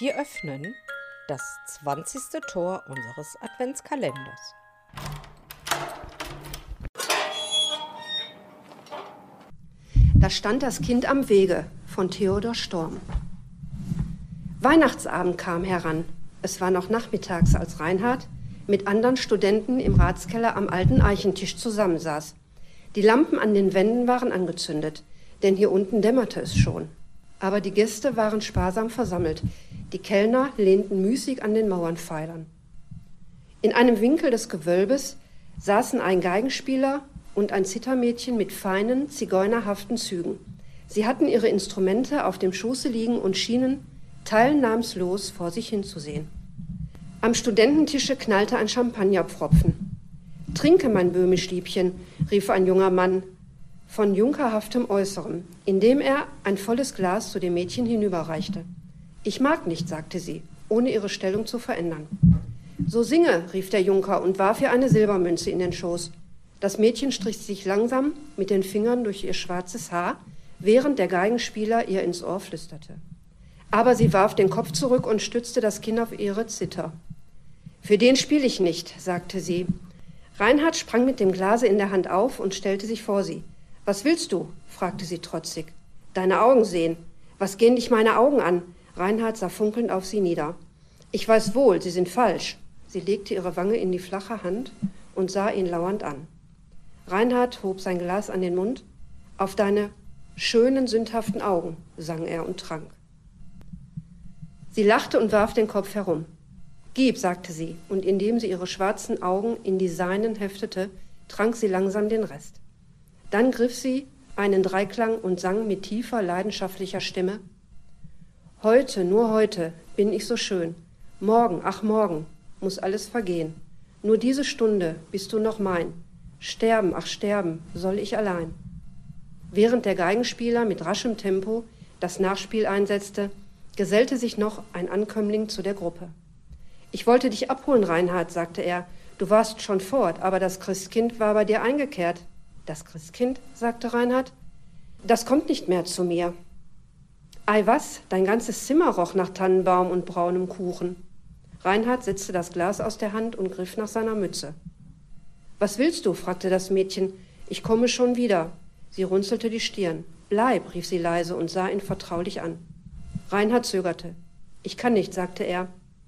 Wir öffnen das 20. Tor unseres Adventskalenders. Da stand das Kind am Wege von Theodor Storm. Weihnachtsabend kam heran. Es war noch nachmittags, als Reinhard mit anderen Studenten im Ratskeller am alten Eichentisch zusammensaß. Die Lampen an den Wänden waren angezündet, denn hier unten dämmerte es schon. Aber die Gäste waren sparsam versammelt. Die Kellner lehnten müßig an den Mauernpfeilern. In einem Winkel des Gewölbes saßen ein Geigenspieler und ein Zithermädchen mit feinen, zigeunerhaften Zügen. Sie hatten ihre Instrumente auf dem Schoße liegen und schienen teilnahmslos vor sich hinzusehen. Am Studententische knallte ein Champagnerpfropfen. »Trinke, mein Böhmischliebchen«, rief ein junger Mann von junkerhaftem Äußerem, indem er ein volles Glas zu dem Mädchen hinüberreichte. »Ich mag nicht«, sagte sie, ohne ihre Stellung zu verändern. »So singe«, rief der Junker und warf ihr eine Silbermünze in den Schoß. Das Mädchen strich sich langsam mit den Fingern durch ihr schwarzes Haar, während der Geigenspieler ihr ins Ohr flüsterte. Aber sie warf den Kopf zurück und stützte das Kinn auf ihre Zither. »Für den spiele ich nicht«, sagte sie. Reinhard sprang mit dem Glase in der Hand auf und stellte sich vor sie. »Was willst du?«, fragte sie trotzig. »Deine Augen sehen. Was gehen dich meine Augen an?« Reinhard sah funkelnd auf sie nieder. »Ich weiß wohl, sie sind falsch.« Sie legte ihre Wange in die flache Hand und sah ihn lauernd an. Reinhard hob sein Glas an den Mund. »Auf deine schönen, sündhaften Augen«, sang er und trank. Sie lachte und warf den Kopf herum. »Gib«, sagte sie, und indem sie ihre schwarzen Augen in die seinen heftete, trank sie langsam den Rest. Dann griff sie einen Dreiklang und sang mit tiefer, leidenschaftlicher Stimme: »Heute, nur heute, bin ich so schön. Morgen, ach morgen, muss alles vergehen. Nur diese Stunde bist du noch mein. Sterben, ach sterben, soll ich allein.« Während der Geigenspieler mit raschem Tempo das Nachspiel einsetzte, gesellte sich noch ein Ankömmling zu der Gruppe. »Ich wollte dich abholen, Reinhard«, sagte er. »Du warst schon fort, aber das Christkind war bei dir eingekehrt.« »Das Christkind?«, sagte Reinhard. »Das kommt nicht mehr zu mir.« »Ei was, dein ganzes Zimmer roch nach Tannenbaum und braunem Kuchen.« Reinhard setzte das Glas aus der Hand und griff nach seiner Mütze. »Was willst du?«, fragte das Mädchen. »Ich komme schon wieder.« Sie runzelte die Stirn. »Bleib«, rief sie leise und sah ihn vertraulich an. Reinhard zögerte. »Ich kann nicht«, sagte er.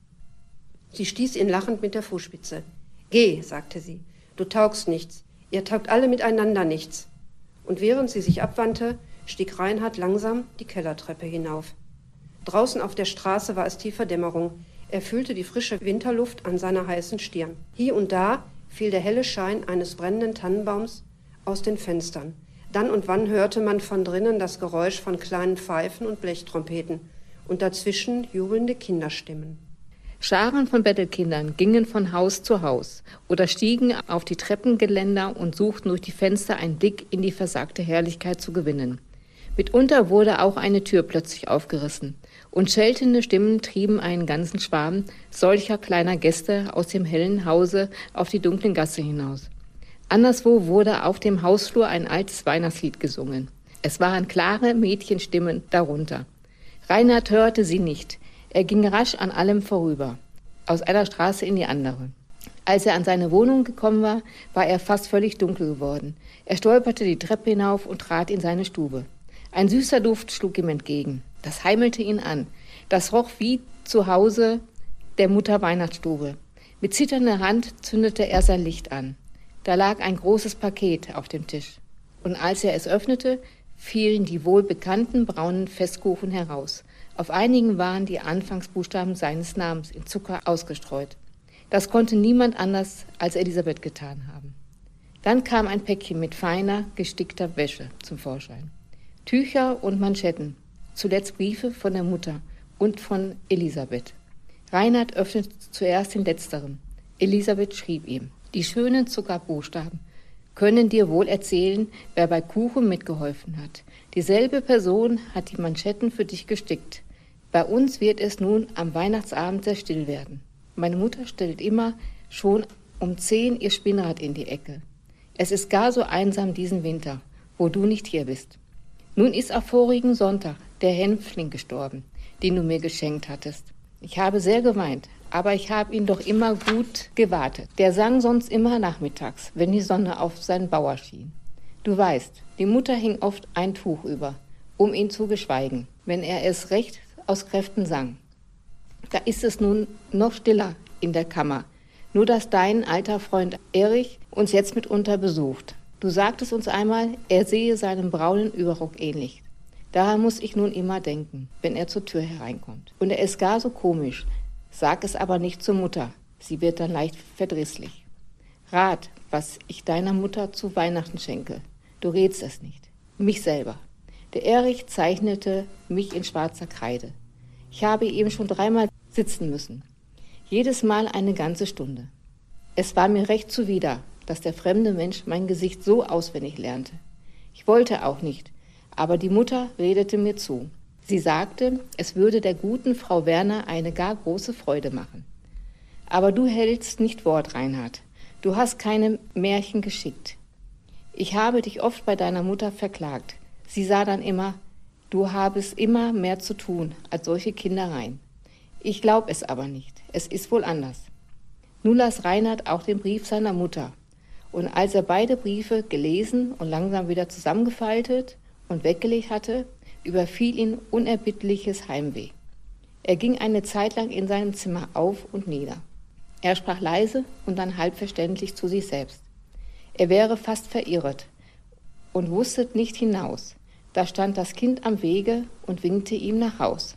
Sie stieß ihn lachend mit der Fußspitze. »Geh«, sagte sie. »Du taugst nichts. Ihr taugt alle miteinander nichts.« Und während sie sich abwandte, stieg Reinhard langsam die Kellertreppe hinauf. Draußen auf der Straße war es tiefe Dämmerung. Er fühlte die frische Winterluft an seiner heißen Stirn. Hier und da fiel der helle Schein eines brennenden Tannenbaums aus den Fenstern. Dann und wann hörte man von drinnen das Geräusch von kleinen Pfeifen und Blechtrompeten und dazwischen jubelnde Kinderstimmen. Scharen von Bettelkindern gingen von Haus zu Haus oder stiegen auf die Treppengeländer und suchten durch die Fenster einen Blick in die versagte Herrlichkeit zu gewinnen. Mitunter wurde auch eine Tür plötzlich aufgerissen und scheltende Stimmen trieben einen ganzen Schwarm solcher kleiner Gäste aus dem hellen Hause auf die dunklen Gasse hinaus. Anderswo wurde auf dem Hausflur ein altes Weihnachtslied gesungen. Es waren klare Mädchenstimmen darunter. Reinhard hörte sie nicht. Er ging rasch an allem vorüber, aus einer Straße in die andere. Als er an seine Wohnung gekommen war, war er fast völlig dunkel geworden. Er stolperte die Treppe hinauf und trat in seine Stube. Ein süßer Duft schlug ihm entgegen. Das heimelte ihn an. Das roch wie zu Hause der Mutter Weihnachtsstube. Mit zitternder Hand zündete er sein Licht an. Da lag ein großes Paket auf dem Tisch. Und als er es öffnete, fielen die wohlbekannten braunen Festkuchen heraus. Auf einigen waren die Anfangsbuchstaben seines Namens in Zucker ausgestreut. Das konnte niemand anders als Elisabeth getan haben. Dann kam ein Päckchen mit feiner, gestickter Wäsche zum Vorschein. Tücher und Manschetten, zuletzt Briefe von der Mutter und von Elisabeth. Reinhard öffnete zuerst den letzteren. Elisabeth schrieb ihm: »Die schönen Zuckerbuchstaben können dir wohl erzählen, wer bei Kuchen mitgeholfen hat. Dieselbe Person hat die Manschetten für dich gestickt. Bei uns wird es nun am Weihnachtsabend sehr still werden. Meine Mutter stellt immer schon um 10 ihr Spinnrad in die Ecke. Es ist gar so einsam diesen Winter, wo du nicht hier bist. Nun ist am vorigen Sonntag der Hänfling gestorben, den du mir geschenkt hattest. Ich habe sehr geweint, aber ich habe ihn doch immer gut gewartet. Der sang sonst immer nachmittags, wenn die Sonne auf seinen Bauer schien. Du weißt, die Mutter hing oft ein Tuch über, um ihn zu geschweigen, wenn er es recht aus Kräften sang. Da ist es nun noch stiller in der Kammer, nur dass dein alter Freund Erich uns jetzt mitunter besucht. Du sagtest uns einmal, er sehe seinem braunen Überrock ähnlich. Daran muss ich nun immer denken, wenn er zur Tür hereinkommt. Und er ist gar so komisch. Sag es aber nicht zur Mutter, sie wird dann leicht verdrießlich. Rat, was ich deiner Mutter zu Weihnachten schenke. Du rätst es nicht. Mich selber. Der Erich zeichnete mich in schwarzer Kreide. Ich habe ihm schon 3-mal sitzen müssen. Jedes Mal eine ganze Stunde. Es war mir recht zuwider, dass der fremde Mensch mein Gesicht so auswendig lernte. Ich wollte auch nicht, aber die Mutter redete mir zu. Sie sagte, es würde der guten Frau Werner eine gar große Freude machen. Aber du hältst nicht Wort, Reinhard. Du hast keine Märchen geschickt. Ich habe dich oft bei deiner Mutter verklagt. Sie sah dann immer, du habest immer mehr zu tun als solche Kindereien. Ich glaub es aber nicht. Es ist wohl anders. Nun las Reinhard auch den Brief seiner Mutter. Und als er beide Briefe gelesen und langsam wieder zusammengefaltet und weggelegt hatte, überfiel ihn unerbittliches Heimweh. Er ging eine Zeit lang in seinem Zimmer auf und nieder. Er sprach leise und dann halb verständlich zu sich selbst. Er wäre fast verirret und wusste nicht hinaus. Da stand das Kind am Wege und winkte ihm nach Haus.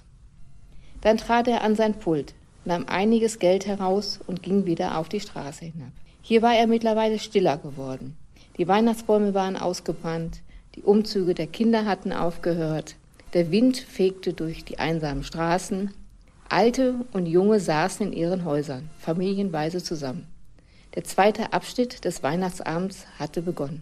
Dann trat er an sein Pult, nahm einiges Geld heraus und ging wieder auf die Straße hinab. Hier war er mittlerweile stiller geworden. Die Weihnachtsbäume waren ausgebrannt, die Umzüge der Kinder hatten aufgehört, der Wind fegte durch die einsamen Straßen. Alte und Junge saßen in ihren Häusern, familienweise zusammen. Der zweite Abschnitt des Weihnachtsabends hatte begonnen.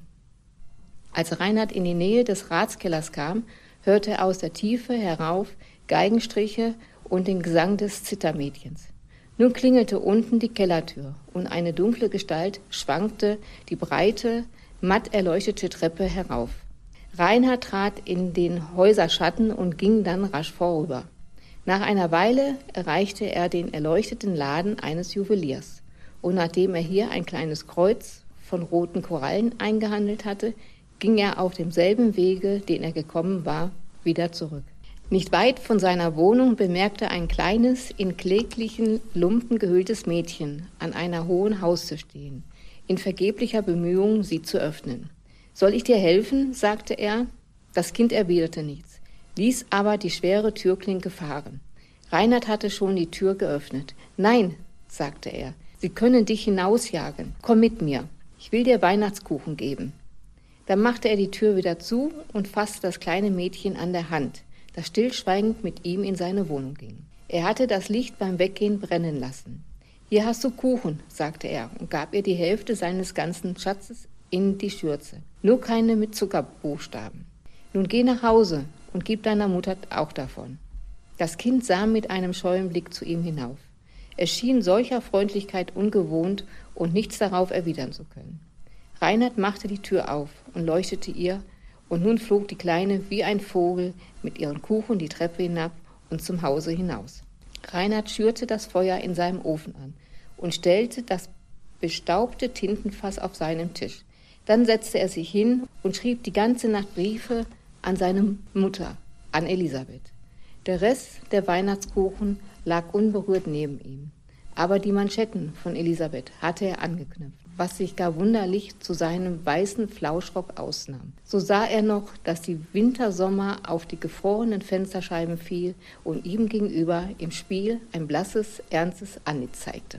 Als Reinhard in die Nähe des Ratskellers kam, hörte er aus der Tiefe herauf Geigenstriche und den Gesang des Zittermädchens. Nun klingelte unten die Kellertür und eine dunkle Gestalt schwankte die breite, matt erleuchtete Treppe herauf. Reinhard trat in den Häuserschatten und ging dann rasch vorüber. Nach einer Weile erreichte er den erleuchteten Laden eines Juweliers. Und nachdem er hier ein kleines Kreuz von roten Korallen eingehandelt hatte, ging er auf demselben Wege, den er gekommen war, wieder zurück. Nicht weit von seiner Wohnung bemerkte ein kleines, in kläglichen Lumpen gehülltes Mädchen an einer hohen Haustür stehen, in vergeblicher Bemühung, sie zu öffnen. »Soll ich dir helfen?« sagte er. Das Kind erwiderte nichts, ließ aber die schwere Türklinke fahren. Reinhard hatte schon die Tür geöffnet. »Nein«, sagte er, »sie können dich hinausjagen. Komm mit mir, ich will dir Weihnachtskuchen geben.« Dann machte er die Tür wieder zu und fasste das kleine Mädchen an der Hand, das stillschweigend mit ihm in seine Wohnung ging. Er hatte das Licht beim Weggehen brennen lassen. »Hier hast du Kuchen«, sagte er und gab ihr die Hälfte seines ganzen Schatzes in die Schürze. Nur keine mit Zuckerbuchstaben. »Nun geh nach Hause und gib deiner Mutter auch davon.« Das Kind sah mit einem scheuen Blick zu ihm hinauf. Es schien solcher Freundlichkeit ungewohnt und nichts darauf erwidern zu können. Reinhard machte die Tür auf und leuchtete ihr, und nun flog die Kleine wie ein Vogel mit ihren Kuchen die Treppe hinab und zum Hause hinaus. Reinhard schürte das Feuer in seinem Ofen an und stellte das bestaubte Tintenfass auf seinen Tisch. Dann setzte er sich hin und schrieb die ganze Nacht Briefe an seine Mutter, an Elisabeth. Der Rest der Weihnachtskuchen lag unberührt neben ihm. Aber die Manschetten von Elisabeth hatte er angeknüpft, was sich gar wunderlich zu seinem weißen Flauschrock ausnahm. So sah er noch, dass die Wintersommer auf die gefrorenen Fensterscheiben fiel und ihm gegenüber im Spiel ein blasses, ernstes Antlitz zeigte.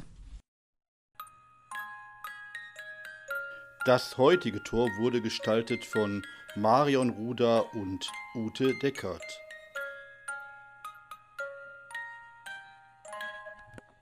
Das heutige Tor wurde gestaltet von Marion Ruder und Ute Deckert.